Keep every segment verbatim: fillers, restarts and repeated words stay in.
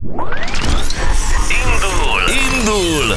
Indul! Indul!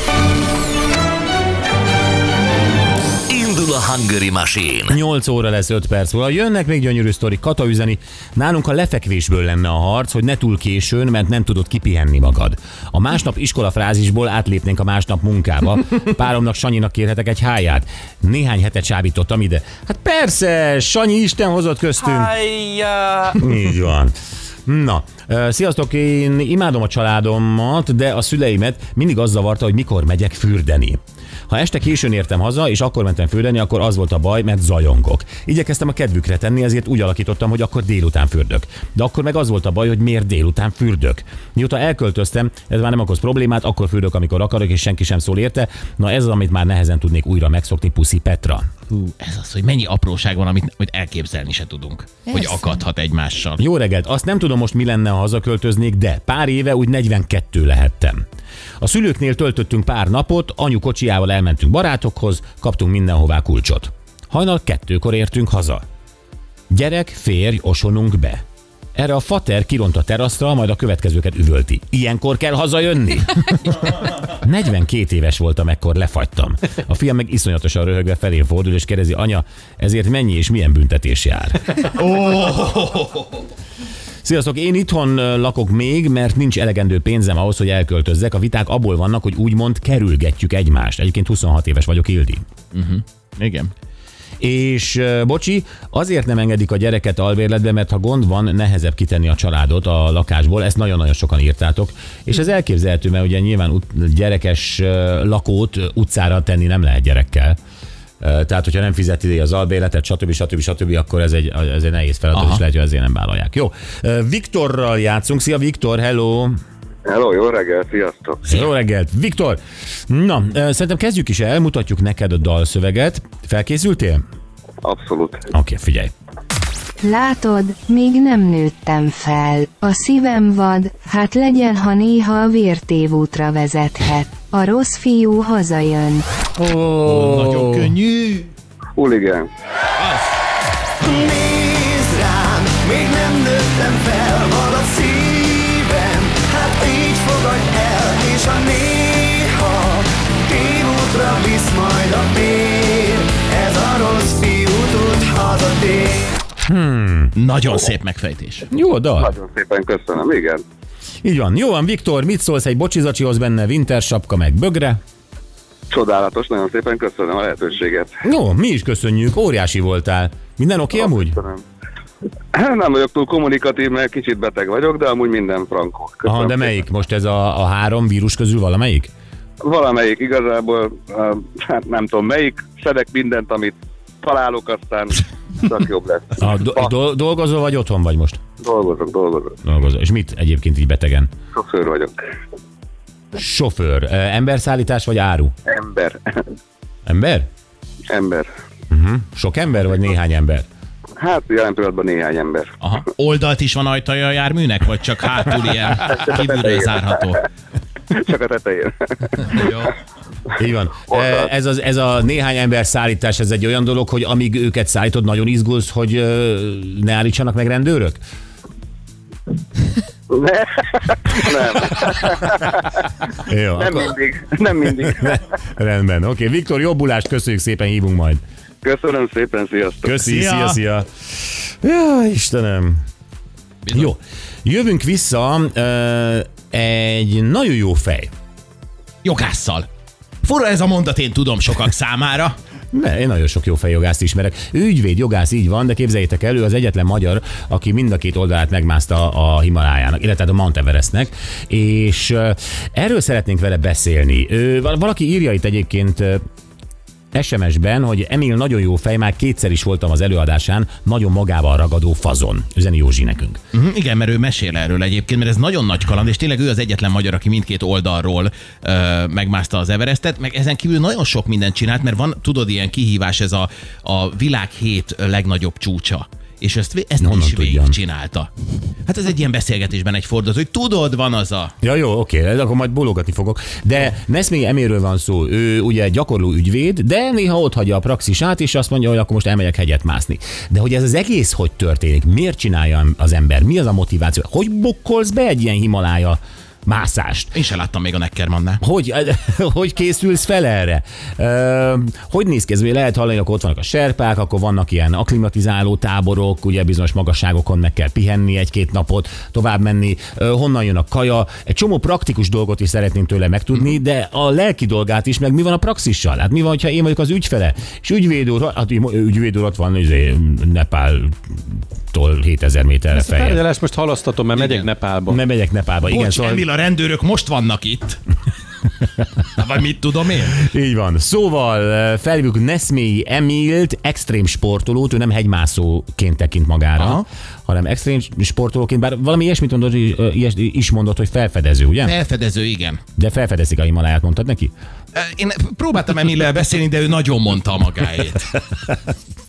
Indul a Hungary Machine. nyolc óra lesz öt perc múlva. Jönnek még gyönyörű sztori. Kata üzeni, nálunk a lefekvésből lenne a harc, hogy ne túl későn, mert nem tudod kipihenni magad. A másnap iskola frázisból átlépnénk a másnap munkába. Páromnak, Sanyinak kérhetek egy háját. Néhány hetet csábítottam ide. Hát persze, Sanyi Isten hozott köztünk. Hájjá! Így van. Na, sziasztok, én imádom a családomat, de a szüleimet mindig az zavarta, hogy mikor megyek fürdeni. Ha este későn értem haza, és akkor mentem fürdeni, akkor az volt a baj, mert zajongok. Igyekeztem a kedvükre tenni, ezért úgy alakítottam, hogy akkor délután fürdök. De akkor meg az volt a baj, hogy miért délután fürdök. Mióta elköltöztem, ez már nem okoz problémát, akkor fürdök, amikor akarok, és senki sem szól érte. Na ez az, amit már nehezen tudnék újra megszokni, puszi Petra. Hú, ez az, hogy mennyi apróság van, amit, amit elképzelni se tudunk, Persze. hogy akadhat egymással. Jó reggelt, azt nem tudom most mi lenne, ha hazaköltöznék, de pár éve úgy negyvenkettő lehettem. A szülőknél töltöttünk pár napot, anyu kocsiával elmentünk barátokhoz, kaptunk mindenhová kulcsot. Hajnal kettőkor értünk haza. Gyerek, férj, osonunk be. Erre a fater kiront a teraszra, majd a következőket üvölti. Ilyenkor kell hazajönni? negyvenkét éves voltam, ekkor lefagytam. A fiam meg iszonyatosan röhögve felé fordul, és kérdezi, anya, ezért mennyi és milyen büntetés jár? Sziasztok, én itthon lakok még, mert nincs elegendő pénzem ahhoz, hogy elköltözzek. A viták abból vannak, hogy úgymond kerülgetjük egymást. Egyébként huszonhat éves vagyok, Ildi. Uh-huh. Igen. És bocsi, azért nem engedik a gyereket albérletbe, mert ha gond van, nehezebb kitenni a családot a lakásból, ezt nagyon-nagyon sokan írtátok, és ez elképzelhető, mert ugye nyilván gyerekes lakót utcára tenni nem lehet gyerekkel. Tehát, hogyha nem fizeti az albérletet, stb. stb. stb., akkor ez egy, ez egy nehéz feladat, Aha. és lehet, hogy ezért nem vállalják. Jó, Viktorral játszunk. Szia Viktor, hello! Hello, jó reggelt, sziasztok! Jó reggelt, Viktor! Na, szerintem kezdjük is el, mutatjuk neked a dalszöveget. Felkészültél? Abszolút. Oké, okay, figyelj. Látod, még nem nőttem fel. A szívem vad, hát legyen, ha néha a vértévútra vezethet. A rossz fiú hazajön. Oh, oh, nagyon könnyű. Huligán. Nézd rám, még nem nőttem fel, vad a szívem, hát így fogadj el, és a néha tévútra visz majd a vér, ez a rossz fiú tud hazatér. Hmm. Nagyon szép megfejtés. Jó dal. Nagyon szépen köszönöm, igen. Így van. Jó van, Viktor, mit szólsz egy bocsizacsihoz benne, winter sapka meg bögre? Csodálatos, nagyon szépen köszönöm a lehetőséget. Jó, mi is köszönjük, óriási voltál. Minden oké okay, amúgy? Köszönöm. Nem vagyok túl kommunikatív, mert kicsit beteg vagyok, de amúgy minden frankó. Köszönöm. Aha, de melyik? Most ez a, a három vírus közül valamelyik? Valamelyik igazából, hát nem tudom melyik, szedek mindent, amit találok, aztán csak jobb lesz. A, do, do, dolgozol vagy otthon vagy most? Dolgozok, dolgozok. Dolgozol. És mit egyébként így betegen? Sofőr vagyok. Sofőr. Emberszállítás vagy áru? Ember. Ember? Ember. Uh-huh. Sok ember vagy néhány ember? Hát jelen pillanatban néhány ember. Aha. Oldalt is van ajtaja a járműnek, vagy csak hátul ilyen kívülről zárható? Csak a tetején. Jó. Így van. Ez, az, ez a néhány ember szállítás, ez egy olyan dolog, hogy amíg őket szállítod, nagyon izgulsz, hogy ne állítsanak meg rendőrök? Ne. Nem. Jó, nem akkor... mindig. Nem mindig. Rendben. Oké, okay. Viktor, jobbulást, köszönjük szépen, hívunk majd. Köszönöm szépen, sziasztok. Köszi, szia, szia. szia. Ja, Istenem. Bizony. Jó, jövünk vissza uh, egy nagyon jó fej. Jogásszal. Fura ez a mondat, én tudom sokak számára. Ne, én nagyon sok jó fejjogászt ismerek. Ő ügyvéd, jogász, így van, de képzeljétek el, ő az egyetlen magyar, aki mind a két oldalát megmászta a Himalájának, illetve a Mount Everestnek, és uh, erről szeretnénk vele beszélni. Ő, valaki írja itt egyébként es em es-ben, hogy Emil nagyon jó fej, már kétszer is voltam az előadásán, nagyon magával ragadó fazon. Üzeni Józsi nekünk. Uh-huh, igen, mert ő mesél erről egyébként, mert ez nagyon nagy kaland, és tényleg ő az egyetlen magyar, aki mindkét oldalról ö, megmászta az Everestet, meg ezen kívül nagyon sok mindent csinált, mert van, tudod, ilyen kihívás, ez a, a világ hét legnagyobb csúcsa. És ezt, ezt Honnan is végig tudjam? csinálta. Hát ez egy ilyen beszélgetésben egy forduló, hogy tudod, van az a... Ja, jó, oké, akkor majd bólogatni fogok. De Neszmé Emilről van szó, ő ugye gyakorló ügyvéd, de néha ott hagyja a praxisát, és azt mondja, hogy akkor most elmegyek hegyet mászni. De hogy ez az egész hogy történik? Miért csinálja az ember? Mi az a motiváció? Hogy bukkolsz be egy ilyen Himalája mászást. Én se láttam még a Neckermannnál. Hogy, hogy készülsz fel erre? Ö, hogy néz ki ez? Ugye lehet hallani, akkor ott vannak a serpák, akkor vannak ilyen akklimatizáló táborok, ugye bizonyos magasságokon meg kell pihenni egy-két napot, tovább menni, ö, honnan jön a kaja. Egy csomó praktikus dolgot is szeretném tőle megtudni, de a lelki dolgát is, meg mi van a praxissal? Hát mi van, ha én vagyok az ügyfele? És ügyvéd úr, hát ügyvéd úr ott van, izé, Nepáltól hétezer méterre Ezt a feljebb. tárgyalást most halasztatom, mert Igen. megyek Nepálba. Nem megyek Nepálba, igen, Bocs, szóval... Emil, a rendőrök most vannak itt. Vagy mit tudom én? Így van. Szóval felhívjuk Neszmélyi Emilt, extrém sportolót, ő nem hegymászóként tekint magára, Aha. hanem extrém sportolóként, bár valami ilyesmit mondott, ilyes, is mondott, hogy felfedező, ugye? Felfedező, igen. De felfedezik a Himaláját, mondtad neki? Én próbáltam Emillel beszélni, de ő nagyon mondta a magáét.